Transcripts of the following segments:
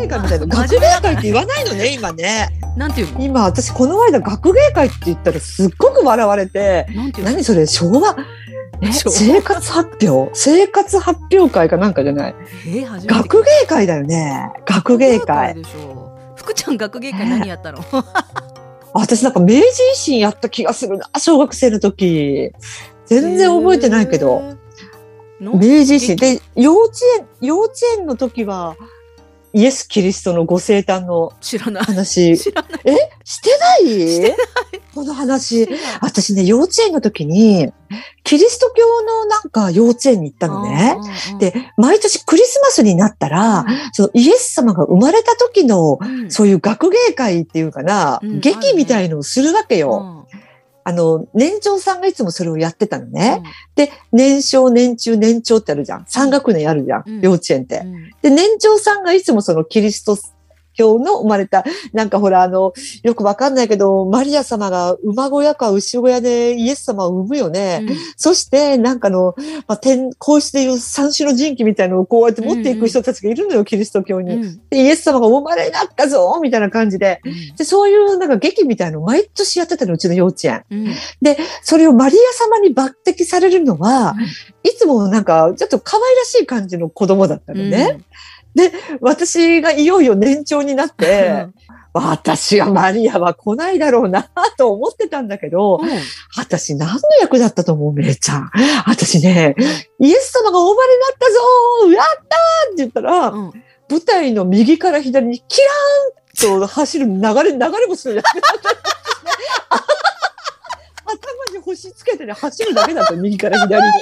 芸会みたいな。学芸会って言わないのね、今ね。 なんていうの？ 今、私この間学芸会って言ったらすっごく笑われて、何それ、昭和、生活発表会かなんかじゃない。学芸会だよね。学芸会。 福ちゃん学芸会何やったの？ 私なんか明治維新やった気がするな、小学生の時。全然覚えてないけど。明治維新で、幼稚園の時は、イエス・キリストのご生誕の話。 知らない。 してないこの話。私ね、幼稚園の時に、キリスト教のなんか幼稚園に行ったのね。で、毎年クリスマスになったら、そのイエス様が生まれた時の、そういう学芸会っていうかな、劇みたいのをするわけよ。年長さんがいつもそれをやってたのね。で、年少、年中、年長ってあるじゃん。3学年あるじゃん。幼稚園って。で、年長さんがいつもそのキリスト教の生まれた、なんかほら、よくわかんないけど、マリア様が馬小屋か牛小屋でイエス様を産むよね。そして、なんか皇室でいう三種の神器みたいなのをこうやって持っていく人たちがいるのよ、キリスト教に。で、イエス様がお生まれになったぞみたいな感じで。で、そういうなんか劇みたいなのを毎年やってたの、うちの幼稚園。で、それをマリア様に抜擢されるのは、いつもなんか、ちょっと可愛らしい感じの子供だったのね。で、私がいよいよ年長になって、私はマリアは来ないだろうなと思ってたんだけど、私何の役だったと思う、めいちゃん。私ね、イエス様がお生まれになったぞやったーって言ったら、舞台の右から左にキラーンと走る流れ星の役だったんですね。頭に星つけてね、走るだけだった、右から左に。かわいい。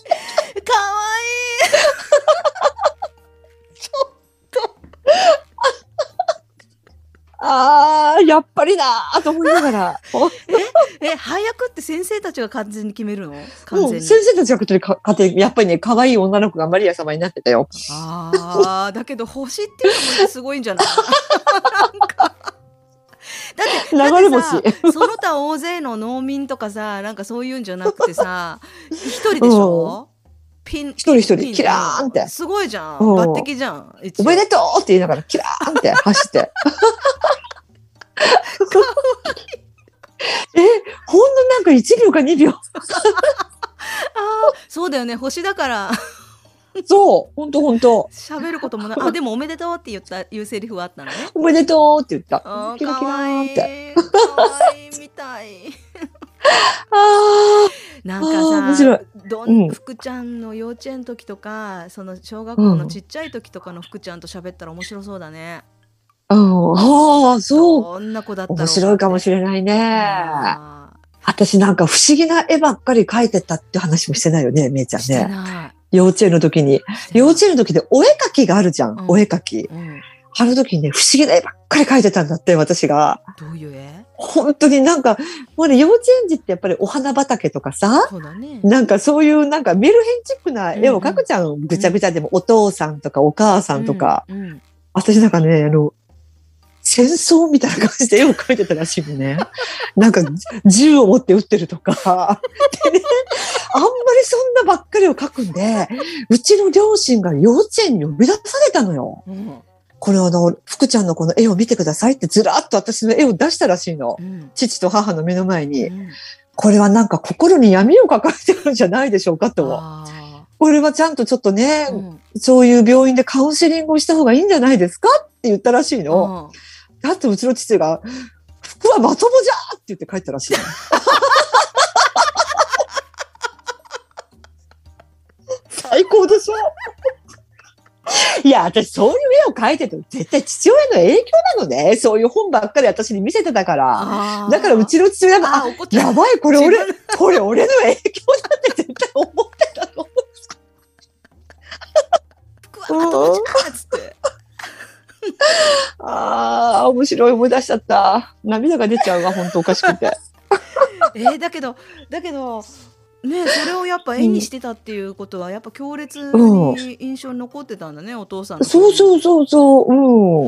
やっぱりなーと思いながら。 早くって先生たちが完全に決めるの？ 完全に。先生たちが勝手に、やっぱりね、可愛い女の子がマリア様になってたよ。 だけど星っていうのもすごいんじゃないなんか。だって流れ星。 その他大勢の農民とかさ、なんかそういうんじゃなくてさ、一人でしょ？ 一人キラーンって。 すごいじゃん。抜擢じゃん。 おめでとうって言いながらキラーンって走って。ほんのなんか1秒か2秒。 そうだよね。星だから。 そう、ほんと。 喋ることもない。でもおめでとうっていうセリフはあったのね。 おめでとうって言った。 キラキラーって。かわいいみたい。なんかさ、福ちゃんの幼稚園の時とか、その小学校のちっちゃい時とかの福ちゃんと喋ったら面白そうだね。 そう。 そんな子だったら面白いかもしれないね。私なんか不思議な絵ばっかり描いてたって話もしてないよね、めいちゃんね。幼稚園の時に。幼稚園の時でお絵描きがあるじゃん、お絵描き。あの時にね、不思議な絵ばっかり描いてたんだって、私が。 どういう絵？ 本当になんか、もうね、幼稚園児ってやっぱりお花畑とかさ、なんかそういうなんかメルヘンチックな絵を描くじゃん。ぐちゃぐちゃでもお父さんとかお母さんとか。私なんかね、戦争みたいな感じで絵を描いてたらしいのね。なんか銃を持って撃ってるとか。でね、あんまりそんなばっかりを描くんで、うちの両親が幼稚園に呼び出されたのよ。これ福ちゃんのこの絵を見てくださいってずらっと私の絵を出したらしいの。父と母の目の前に。これはなんか心に闇を抱えてるんじゃないでしょうかと。これはちゃんとちょっとね、そういう病院でカウンセリングをした方がいいんじゃないですかって言ったらしいの。だってうちの父が、服はまともじゃって言って帰ったらしいの。最高でしょ？いや、私そういう絵を描いてて絶対父親の影響なのね。そういう本ばっかり私に見せてたから。だからうちの父親が、やばい、これ俺の影響だって絶対思ってたと思う。 服はまともじゃつって。 面白い、思い出しちゃった。涙が出ちゃうわ、本当おかしくて。 だけどね、それをやっぱ絵にしてたっていうことはやっぱ強烈に印象に残ってたんだね、お父さんの。 そうそうそうそう。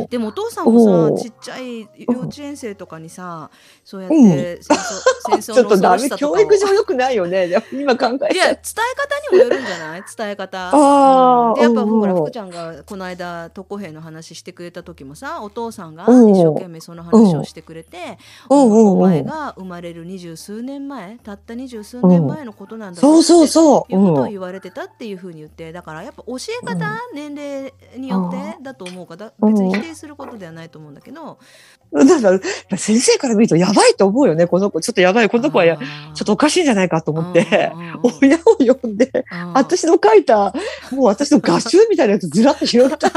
でもお父さんもさ、ちっちゃい幼稚園生とかにさ、そうやって戦争の恐ろしさとかを。ちょっと教育上良くないよね。今考えたら。 いや、伝え方にもよるんじゃない？伝え方。でやっぱほら福ちゃんがこの間特兵の話してくれた時もさ、お父さんが一生懸命その話をしてくれて、お前が生まれる20数年前、たった20数年前のことなんだぞっていうことを言われてたっていうふうに言って、だからやっぱ教え方、年齢によってだと思うから別に否定することではないと思うんだけど、 だから先生から見るとやばいと思うよね。この子ちょっとやばい、この子はちょっとおかしいんじゃないかと思って親を呼んで、私の書いたもう私の画集みたいなやつずらっと拾った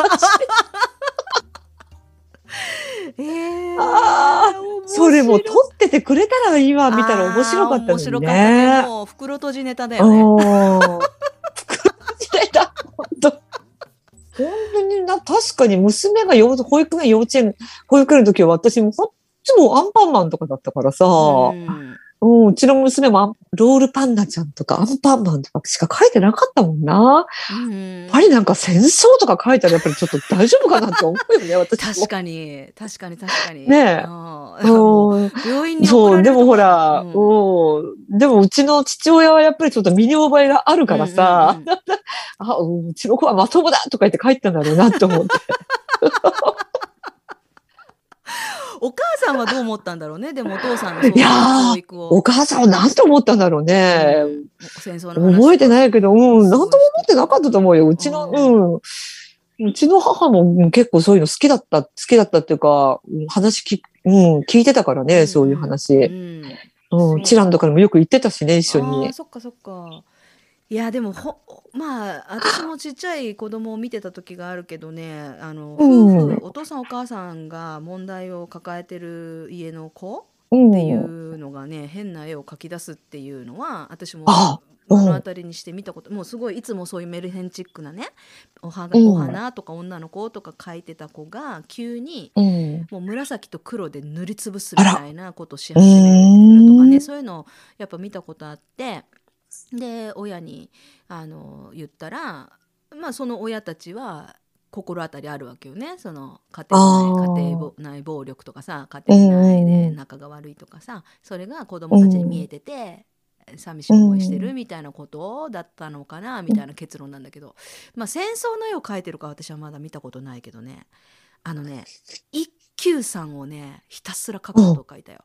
それも撮っててくれたら今見たら面白かったのにね。面白かったけど、 袋閉じネタだよね。 袋閉じネタ、本当に確かに娘が保育園、幼稚園、保育園の時は私もいつもアンパンマンとかだったからさ、うちの娘もロールパンナちゃんとかアンパンマンとかしか書いてなかったもんな。やっぱりなんか戦争とか書いたらやっぱりちょっと大丈夫かなって思うよね、私も。 確かに。 ねえ。 病院に送られるとか。 そう、でもほら、でもうちの父親はやっぱりちょっと身に覚えがあるからさ、うちの子はまともだとか言って書いてたんだろうなって思って。 お母さんはどう思ったんだろうね。でもお父さんのそういう教育を。 お母さんは何と思ったんだろうね。 戦争の話。 覚えてないけど、何とも思ってなかったと思うよ。うちの母も結構そういうの好きだったっていうか、話聞いてたからね、そういう話。チランとかにもよく行ってたしね、一緒に。 そっかそっか。いやでもまあ私もちっちゃい子供を見てた時があるけどね、お父さんお母さんが問題を抱えてる家の子っていうのがね、変な絵を描き出すっていうのは私も目の当たりにして見たこと、もうすごいいつもそういうメルヘンチックなね、お花とか女の子とか描いてた子が急にもう紫と黒で塗りつぶすみたいなことをし始めるとかね、そういうのをやっぱ見たことあって、で親に言ったら、まあその親たちは心当たりあるわけよね。その家庭内暴力とかさ、家庭内で仲が悪いとかさ、それが子供たちに見えてて寂しい思いしてるみたいなことだったのかなみたいな結論なんだけど、まあ戦争の絵を描いてるか私はまだ見たことないけどね、一休さんをねひたすら描くことを描いたよ。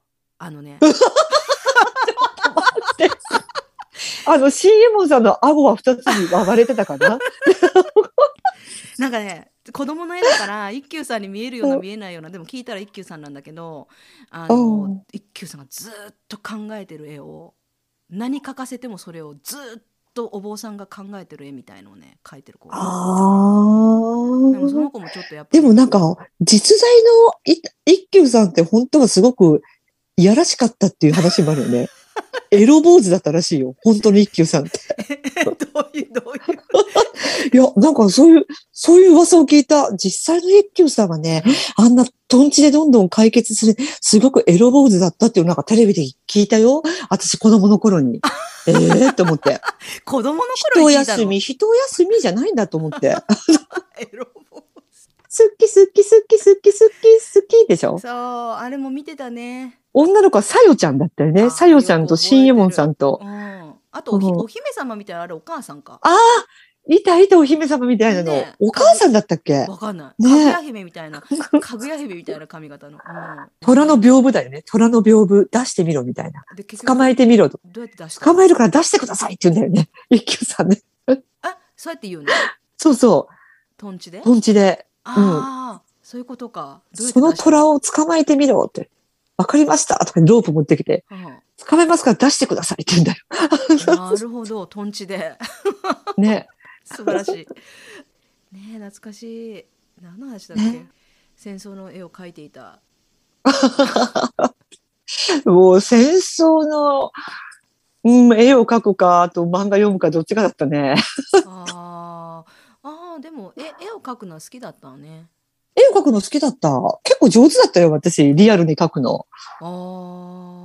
CM さんの顎は2つに割れてたかななんかね、子供の絵だから一休さんに見えるような見えないような、でも聞いたら一休さんなんだけど、一休さんがずっと考えてる絵を、何描かせてもそれをずっとお坊さんが考えてる絵みたいのをね描いてる子。でもその子もちょっとやっぱり、でもなんか実在の一休さんって本当はすごくいやらしかったっていう話もあるよね。エロ坊主だったらしいよ。本当に一休さんって。 どういう。 いや、なんかそういう噂を聞いた。実際の一休さんはね、あんなトンチでどんどん解決する、すごくエロ坊主だったっていうなんかテレビで聞いたよ。私子供の頃に。と思って。 子供の頃に聞いたの。 一休みじゃないんだと思って。 エロ坊主。 好きでしょ？ そう、あれも見てたね。 女の子はさよちゃんだったよね。さよちゃんとしんえもんさんと。 あとお姫様みたいなあれお母さんか。 いたお姫様みたいなの。お母さんだったっけ？ わかんない。かぐや姫みたいな。かぐや姫みたいな髪型の。 虎の屏風だよね。虎の屏風出してみろみたいな。捕まえてみろと。 どうやって出した？ 捕まえるから出してくださいって言うんだよね。一休さんね。 そうやって言うの？ そうそう。 トンチで？ トンチで。 そういうことか。 その虎を捕まえてみろって。わかりましたとかロープ持ってきて。捕まえますから出してくださいって言うんだよ。 なるほど、トンチで。 ね。 素晴らしい。ね、懐かしい。何の話だっけ？戦争の絵を描いていた。 もう戦争の、絵を描くか、あと漫画読むかどっちかだったね。 でも絵を描くのは好きだったのね。 絵を描くの好きだった。結構上手だったよ、私。リアルに描くの。 私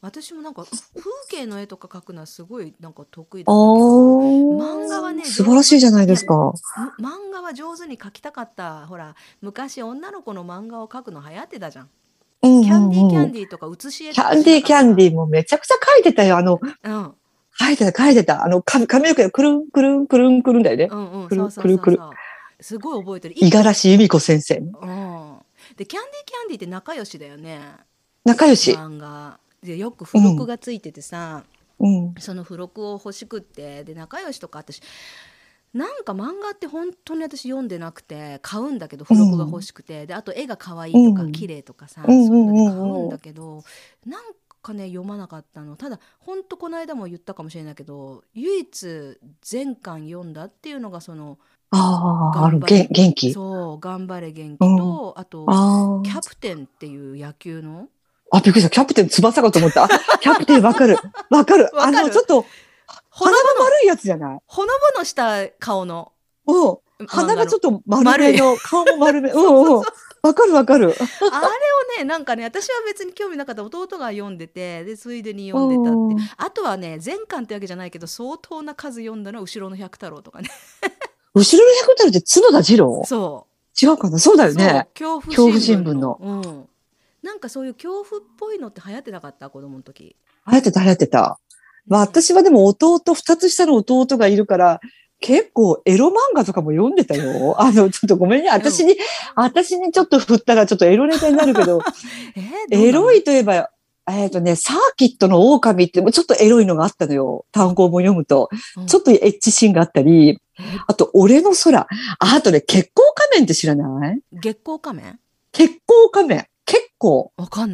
私もなんか風景の絵とか描くのはすごいなんか得意だったけど、漫画はね素晴らしいじゃないですか。 漫画は上手に描きたかった。ほら昔女の子の漫画を描くの流行ってたじゃん。キャンディーディーとか写し絵とかしなかった。 キャンディーもめちゃくちゃ描いてたよ。 うん。 書いてた。髪の毛がくるんくるんくるんくるんだよね。くるんくるんくるん。 すごい覚えてる。 五十嵐由美子先生。 で、キャンディーって仲良しだよね。 仲良し。 漫画。で、よく付録がついててさ、その付録を欲しくって、で、仲良しとか私、なんか漫画って本当に私読んでなくて、買うんだけど、付録が欲しくて、で、あと絵が可愛いとか、綺麗とかさ、そういうので買うんだけど、なんかね、読まなかったの。ただ本当この間も言ったかもしれないけど、唯一全巻読んだっていうのがその元気。 そう、頑張れ元気と、あとキャプテンっていう野球の。 びっくりした。キャプテン翼かと思った。キャプテンわかる。ちょっと鼻が丸いやつじゃない？ ほのぼのした顔の。 鼻がちょっと丸めの、顔も丸め。わかる。あれをね、なんかね、私は別に興味なかった。弟が読んでて、で、ついでに読んでたって。あとはね、全巻ってわけじゃないけど、相当な数読んだのは、後ろの百太郎とかね。 後ろの百太郎って角田二郎？ そう。 違うかな？そうだよね。 恐怖新聞の。 なんかそういう恐怖っぽいのって流行ってなかった？子供の時。 流行ってた。私はでも二つ下の弟がいるから、結構エロ漫画とかも読んでたよ。ちょっとごめんね。私にちょっと振ったらちょっとエロネタになるけど、エロいといえば、サーキットの狼ってちょっとエロいのがあったのよ。単行本読むと。ちょっとエッチシーンがあったり、あと、俺の空。あとね、月光仮面って知らない？ 月光仮面？ 月光仮面。結構。 わかんない。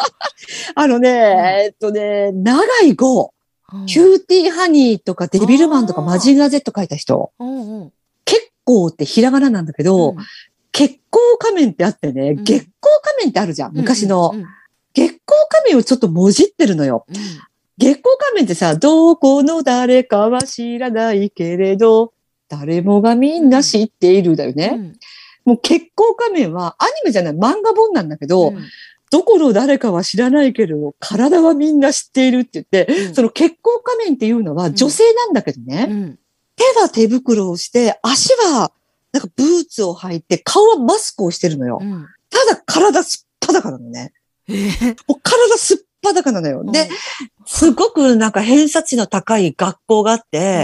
長い号。キューティーハニーとかデビルマンとかマジンガー Z 書いた人。結構ってひらがななんだけど、月光仮面ってあってね、月光仮面ってあるじゃん、昔の。月光仮面をちょっともじってるのよ。月光仮面ってさ、どこの誰かは知らないけれど、誰もがみんな知っているだよね。もう月光仮面はアニメじゃない、漫画本なんだけど、どこの誰かは知らないけど、体はみんな知っているって言って、その月光仮面っていうのは女性なんだけどね、手は手袋をして、足はなんかブーツを履いて、顔はマスクをしてるのよ。ただ体すっぱだかなのね。もう体すっぱだかなのよ。で、すごくなんか偏差値の高い学校があって、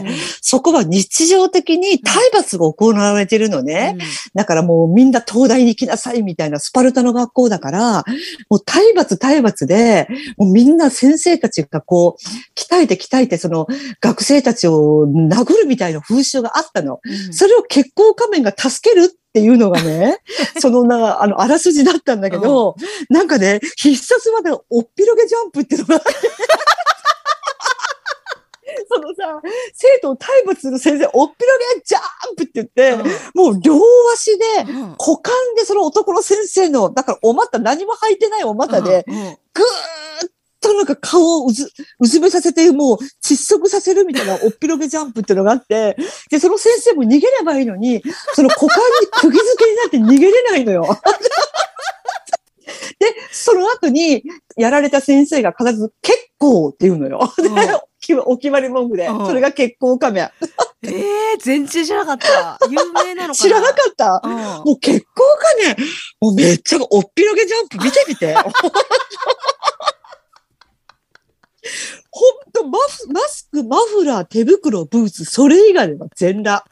そこは日常的に体罰が行われてるのね。だからもうみんな東大に行きなさいみたいなスパルタの学校だから、もう体罰で、もうみんな先生たちがこう、鍛えてその学生たちを殴るみたいな風習があったの。それを月光仮面が助けるっていうのがね、あらすじだったんだけど、なんかね、必殺技がおっぴろげジャンプっていうのがあって、そのさ、生徒を体罰する先生、おっぴろげジャンプって言って、もう両足で、股間でその男の先生の、だから何も履いてないお股で、ぐーっとなんか顔をうずめさせて、もう窒息させるみたいなおっぴろげジャンプっていうのがあって、で、その先生も逃げればいいのに、その股間に釘付けになって逃げれないのよ。で、その後にやられた先生が必ず結構って言うのよ。お決まり文句で。それが結構仮面。 全然知らなかった。有名なのかな？ 知らなかった。もう結構仮面。もうめっちゃおっぴろげジャンプ見てみて。ほんと、マスク、マフラー、手袋、ブーツ、それ以外は全裸。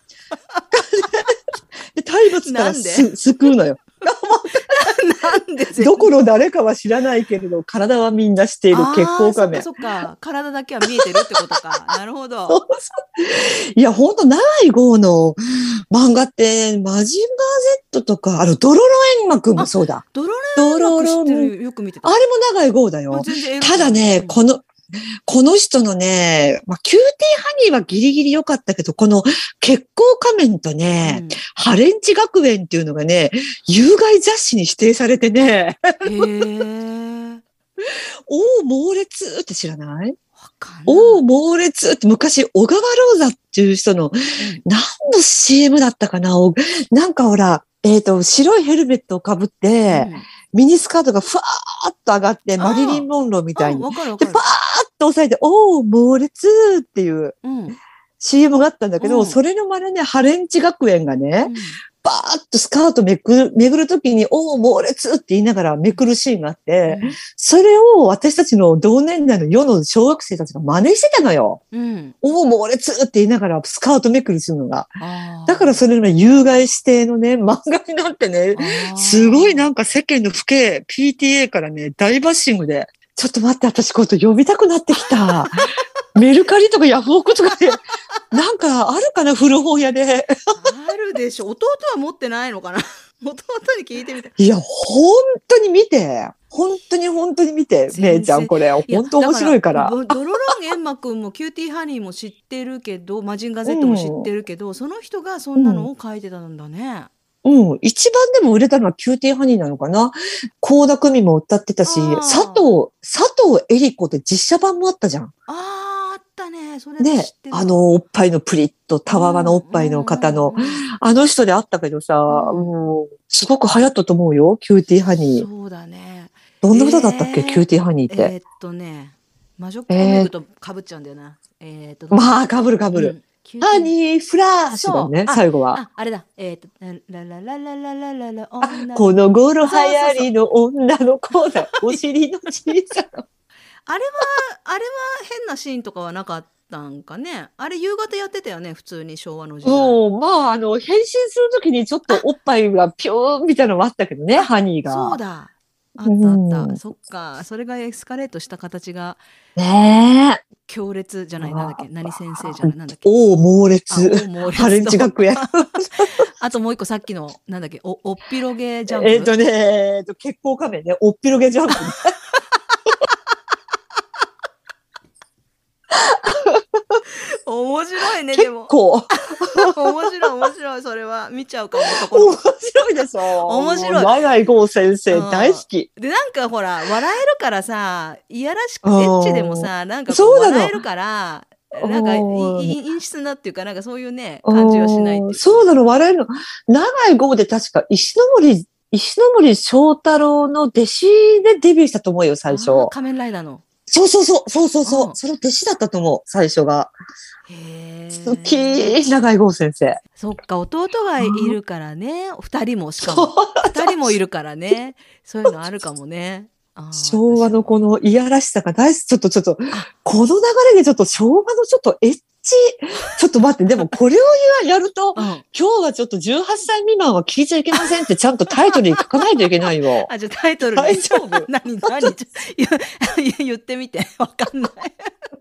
で、体罰から救うのよ。 なんでどこの誰かは知らないけれど、体はみんな知っている月光仮面。 そっか。体だけは見えてるってことか。なるほど。 いや、ほんと、長い号の漫画って、マジンガー Z とか、ドロロエンマくんもそうだ。 ドロロエンマくん知ってる。よく見てた。 あれも長い号だよ。ただね、この人のね、キューティーハニーはギリギリ良かったけど、この月光仮面とね、ハレンチ学園っていうのがね、有害雑誌に指定されてね。猛烈って知らない？猛烈って昔、小川ローザっていう人の、何の CM だったかな？なんかほら、 白いヘルメットをかぶって、ミニスカートがふわーっと上がって、マリリン・モンローみたいに。 わかるわで、 かる。 パーッと押さえて、おー、猛烈っていう CM があったんだけど、それの真似ね、ハレンチ学園がね、バーッとスカートめぐるときに、おー、猛烈って言いながらめくるシーンがあって、それを私たちの同年代の世の小学生たちが真似してたのよ。おー、猛烈って言いながらスカートめくりするのが。だからそれの有害指定のね、漫画になってね、すごいなんか世間の不敬、PTA からね、大バッシングで、ちょっと待って、私こう読みたくなってきた。メルカリとかヤフオクとかで、なんかあるかな、古本屋で。 あるでしょ。弟は持ってないのかな。弟に聞いてみて。 いや、本当に見て。本当に見て。めいちゃん、これ。本当面白いから。 ドロロンエンマくんもキューティーハニーも知ってるけど、マジンガー Z も知ってるけど、その人がそんなのを書いてたんだね。 一番でも売れたのはキューティーハニーなのかな。倖田來未も歌ってたし、佐藤恵理子って実写版もあったじゃん。 あったね。それで、おっぱいのプリッと、たわわのおっぱいの方の、あの人であったけどさ、すごく流行ったと思うよ、キューティーハニー。 そうだね。 どんな歌だったっけ、キューティーハニーって。 魔女コメグと被っちゃうんだよな。 まあ、被る。ハニーフラッシュだね、最後は。 あれだ。ララララララララこの頃流行りの女の子だ。お尻の小さな。 あれは変なシーンとかはなかったんかね。あれ夕方やってたよね、普通に昭和の時代。 まあ、変身するときにちょっとおっぱいがピューンみたいなのもあったけどね、ハニーが。 そうだ。あった。そっか。それがエスカレートした形が。 ねえ。 強烈じゃない、なんだっけ、何先生じゃない、なんだっけ。 猛烈。ハレンチ学園。 あともう一個さっきの、なんだっけ、おっぴろげジャンプ。結構仮面ね、おっぴろげジャンプ。 面白いね、でも。 結構。 面白い、それは。見ちゃうかも、ところ。 面白いでしょ。 面白い。 長井剛先生、大好き。 で、なんかほら、笑えるからさ、いやらしく、エッチでもさ、なんか笑えるから、なんか、陰湿なっていうか、なんかそういうね、感じはしないっていう。 そうなの、笑えるの。長井剛で確か、石森章太郎の弟子でデビューしたと思うよ、最初。 仮面ライダーの。 そう。その弟子だったと思う、最初が。好き、長井剛先生。 そっか、弟がいるからね。二人も、しかも。二人もいるからね。そういうのあるかもね。 昭和のこのいやらしさが大好き。ちょっと、この流れでちょっと昭和のちょっとエッチ。ちょっと待って、でもこれをやると、今日はちょっと18歳未満は聞いちゃいけませんってちゃんとタイトルに書かないといけないよ。 じゃあタイトル大丈夫何言ってみて。わかんない。